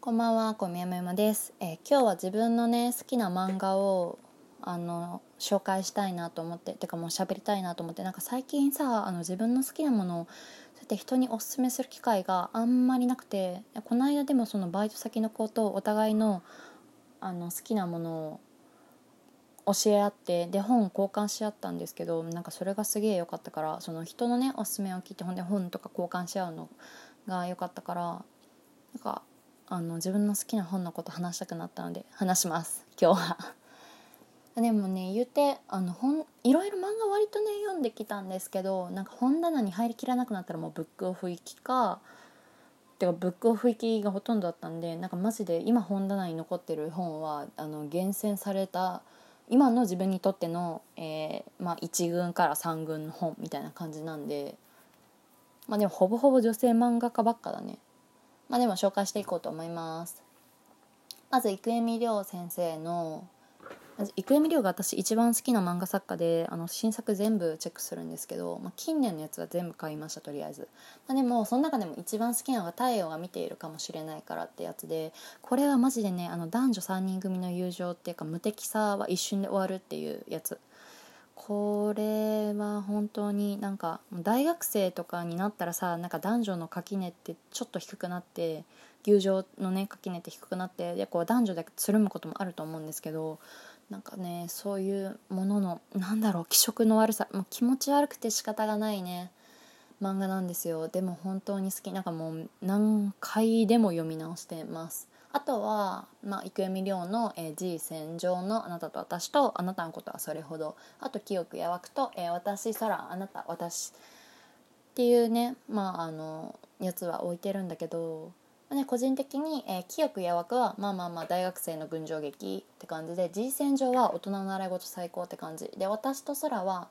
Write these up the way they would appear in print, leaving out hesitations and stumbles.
こんばんは、小宮山です。今日は自分のね好きな漫画を紹介したいなと思って、てかもう喋りたいなと思って、なんか最近さ自分の好きなものをそうやって人におすすめする機会があんまりなくて、この間でもそのバイト先の子とお互いの好きなものを教え合って、で本交換し合ったんですけど、なんかそれがすげえ良かったから、その人のねおすすめを聞いて、ほんで本とか交換し合うのが良かったから、なんか自分の好きな本のこと話したくなったので話します今日は。でもね、言うていろいろ漫画割とね読んできたんですけど、なんか本棚に入りきらなくなったらもうブックオフ行きか、てかブックオフ行きがほとんどだったんで、なんかマジで今本棚に残ってる本は厳選された今の自分にとっての、1軍から3軍の本みたいな感じなんで、でもほぼほぼ女性漫画家ばっかだね。でも紹介していこうと思います。まず生見亮先生の、生見亮が私一番好きな漫画作家で、新作全部チェックするんですけど、近年のやつは全部買いました、とりあえず。でもその中でも一番好きなのが太陽が見ているかもしれないからってやつで、これはマジでね、男女3人組の友情っていうか無敵さは一瞬で終わるっていうやつ。これは本当になんか大学生とかになったらさ、なんか男女の垣根ってちょっと低くなって、友情のね垣根って低くなって、でこう男女でつるむこともあると思うんですけど、なんかねそういうものの気色の悪さ、もう気持ち悪くて仕方がないね漫画なんですよ。でも本当に好き。なんかもう何回でも読み直してます。あとは、生見亮のG 戦場のあなたと私とあなたのことはそれほど、あと清くやわくと、私空あなた私っていうね、やつは置いてるんだけど、個人的に、清くやわくは大学生の群青劇って感じで、 G 戦場は大人の習い事最高って感じで、私と空は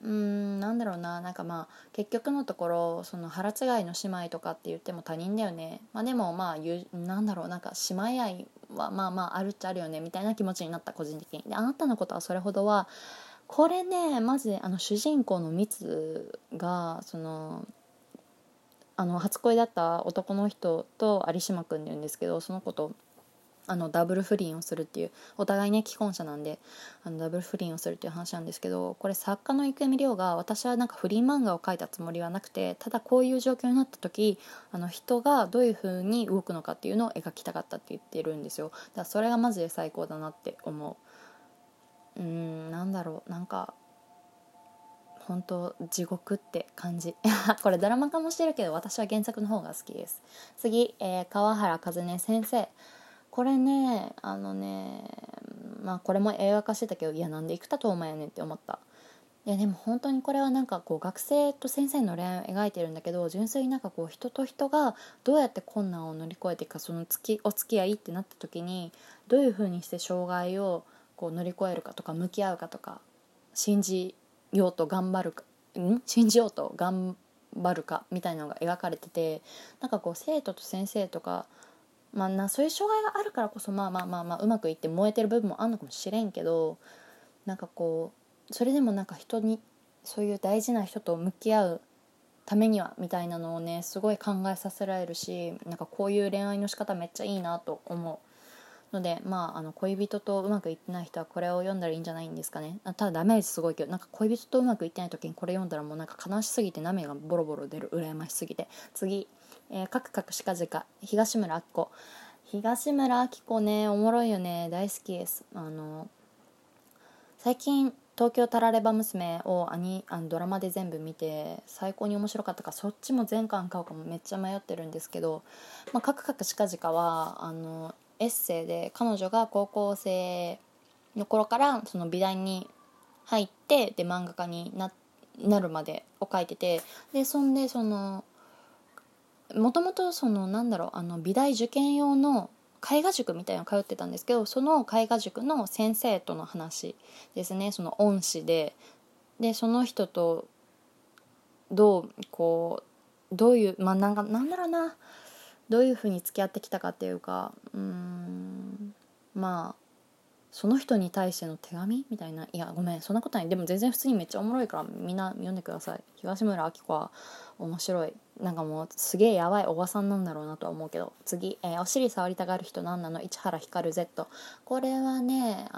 結局のところ、その腹違いの姉妹とかって言っても他人だよね。でも姉妹愛はあるっちゃあるよねみたいな気持ちになった、個人的に。であなたのことはそれほどは、これねマジで主人公のミツが初恋だった男の人と有島君っていうんですけど、その子とダブル不倫をするっていう、お互いね既婚者なんでダブル不倫をするっていう話なんですけど、これ作家の生見亮が、私はなんか不倫漫画を描いたつもりはなくて、ただこういう状況になった時人がどういう風に動くのかっていうのを描きたかったって言ってるんですよ。だからそれがマジで最高だなって思う。なんか本当地獄って感じこれドラマ化もしてるけど、私は原作の方が好きです。次、川原和音先生。これねこれも映画化してたけど、いやなんで生田斗真やねんって思った。いやでも本当にこれはなんかこう学生と先生の恋愛を描いてるんだけど、純粋になんかこう人と人がどうやって困難を乗り越えていくか、そのお付き合いってなった時にどういう風にして障害をこう乗り越えるかとか、向き合うかとか、信じようと頑張るか信じようと頑張るかみたいなのが描かれてて、なんかこう生徒と先生とか、そういう障害があるからこそうまくいって燃えてる部分もあるのかもしれんけど、なんかこうそれでもなんか人に、そういう大事な人と向き合うためにはみたいなのをねすごい考えさせられるし、なんかこういう恋愛の仕方めっちゃいいなと思うので、恋人とうまくいってない人はこれを読んだらいいんじゃないんですかね。ただダメージすごいけど、なんか恋人とうまくいってない時にこれ読んだらもうなんか悲しすぎて涙がボロボロ出る、羨ましすぎて。次、カクカクしかじか東村アキ子。東村アキ子ねおもろいよね、大好きです。最近東京タラレバ娘をドラマで全部見て最高に面白かったから、そっちも全巻買うかもめっちゃ迷ってるんですけど、カクカクしかじかはエッセイで、彼女が高校生の頃からその美大に入って、で漫画家になるまでを書いてて、でそんでもともと美大受験用の絵画塾みたいなの通ってたんですけど、その絵画塾の先生との話ですね。その恩師でその人とどういうどういうふうに付き合ってきたかっていうか、 その人に対しての手紙みたいな。いやごめん、そんなことない。でも全然普通にめっちゃおもろいからみんな読んでください。東村明子は面白い。なんかもうすげえやばいおばさんなんだろうなとは思うけど。次、お尻触りたがる人なんなの、市原ひかる Z。 これはね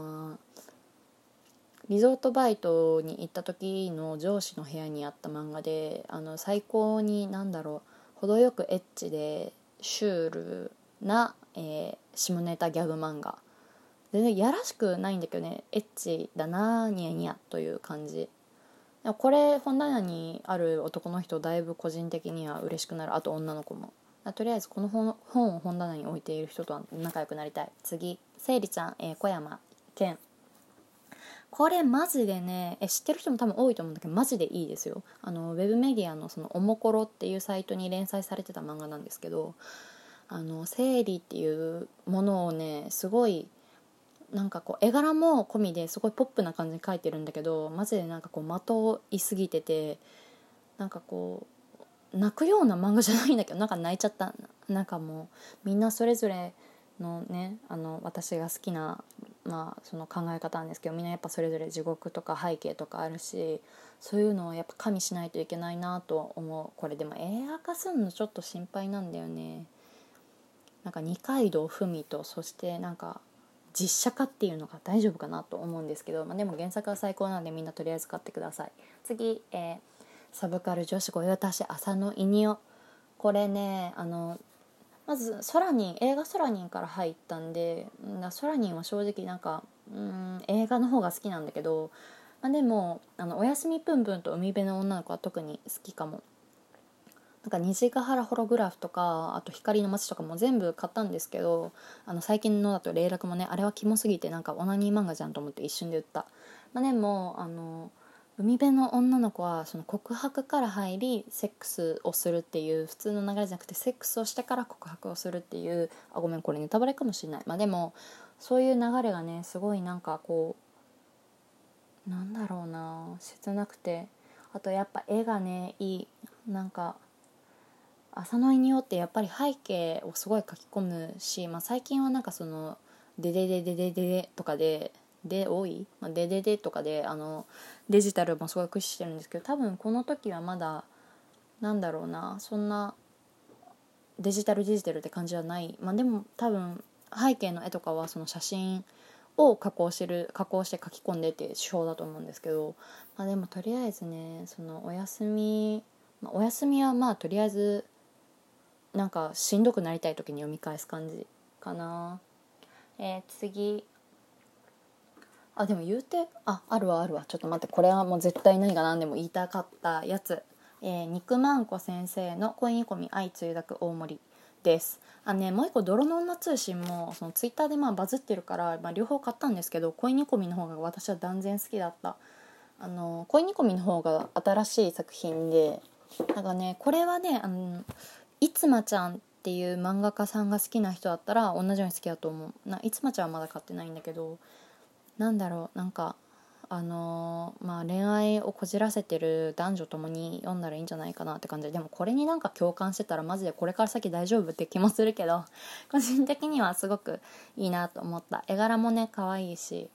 リゾートバイトに行った時の上司の部屋にあった漫画で、最高に程よくエッチでシュールな、下ネタギャグ漫画。全然やらしくないんだけどね、エッチだなニヤニヤという感じ。でもこれ本棚にある男の人だいぶ個人的には嬉しくなる。あと女の子も。とりあえずこの本を本棚に置いている人とは仲良くなりたい。次、せいりちゃん、小山健。これマジでね、知ってる人も多分多いと思うんだけどマジでいいですよ。ウェブメディアのそのおもころっていうサイトに連載されてた漫画なんですけど、生理っていうものをね、すごいなんかこう絵柄も込みですごいポップな感じに描いてるんだけど、マジでなんかこうまといすぎてて、なんかこう泣くような漫画じゃないんだけど、なんか泣いちゃった。なんかもうみんなそれぞれのね、私が好きなその考え方なんですけど、みんなやっぱそれぞれ地獄とか背景とかあるし、そういうのをやっぱ加味しないといけないなと思う。これでも映画化するのちょっと心配なんだよね。なんか二階堂ふみと、そしてなんか実写化っていうのが大丈夫かなと思うんですけど、でも原作は最高なんでみんなとりあえず買ってください。次、サブカル女子御用達浅野いにお。これね、まず映画ソラニンから入ったんで、ソラニンは正直なんか映画の方が好きなんだけど、でもおやすみぷんぷんと海辺の女の子は特に好きかも。なんか虹ヶ原ホログラフとか、あと光の街とかも全部買ったんですけど、最近のだと霊落もね、あれはキモすぎてなんかオナニー漫画じゃんと思って一瞬で売った。でも海辺の女の子はその告白から入りセックスをするっていう普通の流れじゃなくて、セックスをしてから告白をするっていう、ごめんこれネタバレかもしれない。でもそういう流れがね、すごいなんかこう切なくて、あとやっぱ絵がねいい。なんか浅野いにおってやっぱり背景をすごい書き込むし、最近はなんかそのデデデデデデデとかで多い、デデデとかでデジタルもすごい駆使してるんですけど、多分この時はまだそんなデジタルって感じはない。でも多分背景の絵とかはその写真を加工して書き込んでっていう手法だと思うんですけど、でもとりあえずね、そのお休みはとりあえずなんかしんどくなりたい時に読み返す感じかな。次、でも言うてあるわ。ちょっと待って、これはもう絶対何が何でも言いたかったやつ。肉まんこ先生の恋煮込み愛つゆだく大盛りです。もう一個泥の女通信もそのツイッターでバズってるから、両方買ったんですけど、恋煮込みの方が私は断然好きだった。恋煮込みの方が新しい作品で、なんかねこれはねいつまちゃんっていう漫画家さんが好きな人だったら同じように好きだと思う。いつまちゃんはまだ買ってないんだけど、なんか恋愛をこじらせてる男女ともに読んだらいいんじゃないかなって感じで、でもこれになんか共感してたらマジでこれから先大丈夫って気もするけど、個人的にはすごくいいなと思った。絵柄もね可愛いし。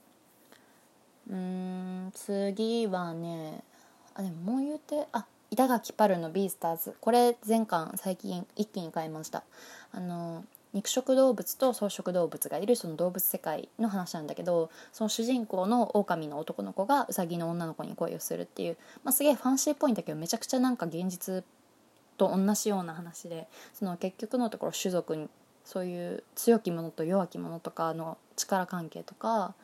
次はね、でももう言うて板垣パルのビースターズ。これ全巻最近一気に買いました。肉食動物と草食動物がいるその動物世界の話なんだけど、その主人公の狼の男の子がウサギの女の子に恋をするっていう、すげえファンシーっぽいんだけどめちゃくちゃなんか現実と同じような話で、その結局のところ種族にそういう強き者と弱き者とかの力関係とか、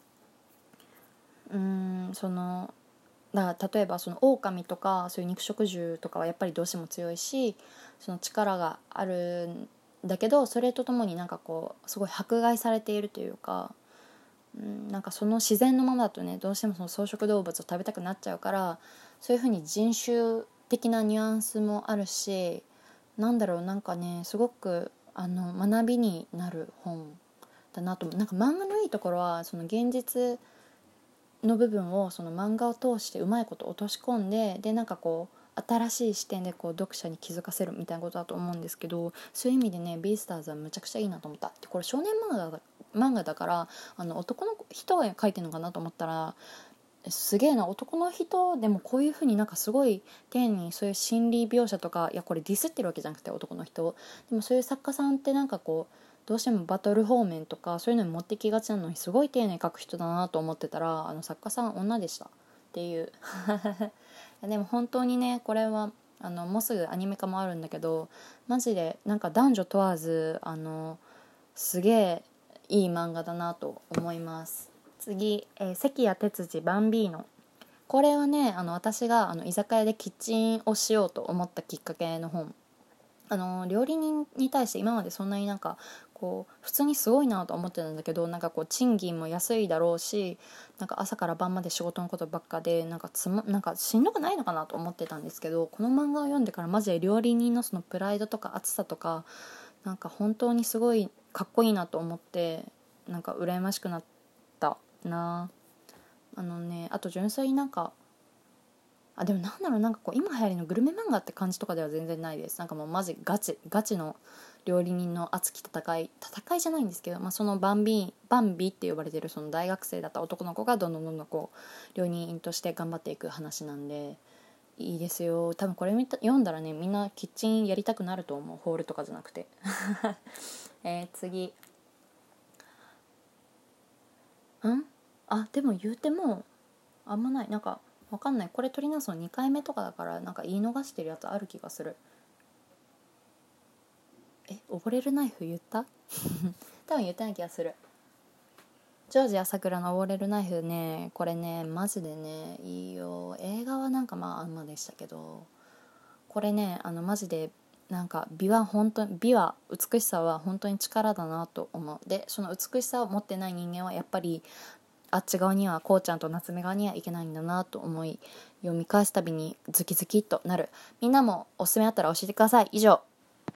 そのだから例えばその狼とかそういう肉食獣とかはやっぱりどうしても強いし、その力があるんだけど、それとともになんかこうすごい迫害されているというか、なんかその自然のままだとね、どうしてもその草食動物を食べたくなっちゃうから、そういう風に人種的なニュアンスもあるし、なんかねすごく学びになる本だなと思う。なんか漫画のいいところはその現実の部分をその漫画を通してうまいこと落とし込んで、なんかこう新しい視点でこう読者に気づかせるみたいなことだと思うんですけど、そういう意味でねビースターズはむちゃくちゃいいなと思った。でこれ少年漫画だから男の人が書いてるのかなと思ったら、すげえな、男の人でもこういう風になんかすごい丁寧にそういう心理描写とか、いやこれディスってるわけじゃなくて男の人でもそういう作家さんってなんかこうどうしてもバトル方面とかそういうのに持ってきがちなのにすごい丁寧に書く人だなと思ってたら、作家さん女でしたっていうでも本当にねこれはもうすぐアニメ化もあるんだけど、マジでなんか男女問わずすげえいい漫画だなと思います。次、関谷哲司バンビーノ。これはね私が居酒屋でキッチンをしようと思ったきっかけの本。料理人に対して今までそんなになんかこう普通にすごいなと思ってたんだけど、なんかこう賃金も安いだろうし、なんか朝から晩まで仕事のことばっかでなんかしんどくないのかなと思ってたんですけど、この漫画を読んでからマジで料理人のそのプライドとか熱さとかなんか本当にすごいかっこいいなと思って、なんか羨ましくなったな。あと純粋になんかでもなんだろう、なんかこう今流行りのグルメ漫画って感じとかでは全然ないです。なんかもうマジガチの料理人の熱き戦いじゃないんですけど、そのバンビって呼ばれてるその大学生だった男の子がどんどんこう料理人として頑張っていく話なんでいいですよ。多分これ読んだらねみんなキッチンやりたくなると思う、ホールとかじゃなくて次でも言うてもあんまない、なんかわかんない、これ取り直すの2回目とかだからなんか言い逃してるやつある気がする。溺れるナイフ言った多分言ってない気がする。ジョージ朝倉の溺れるナイフね、これねマジでねいいよ。映画はなんかあんまでしたけど、これねマジでなんか美は美しさは本当に力だなと思う。でその美しさを持ってない人間はやっぱりあっち側にはこうちゃんと夏目側にはいけないんだなと思い、読み返すたびにズキズキっとなる。みんなもおすすめあったら教えてください。以上。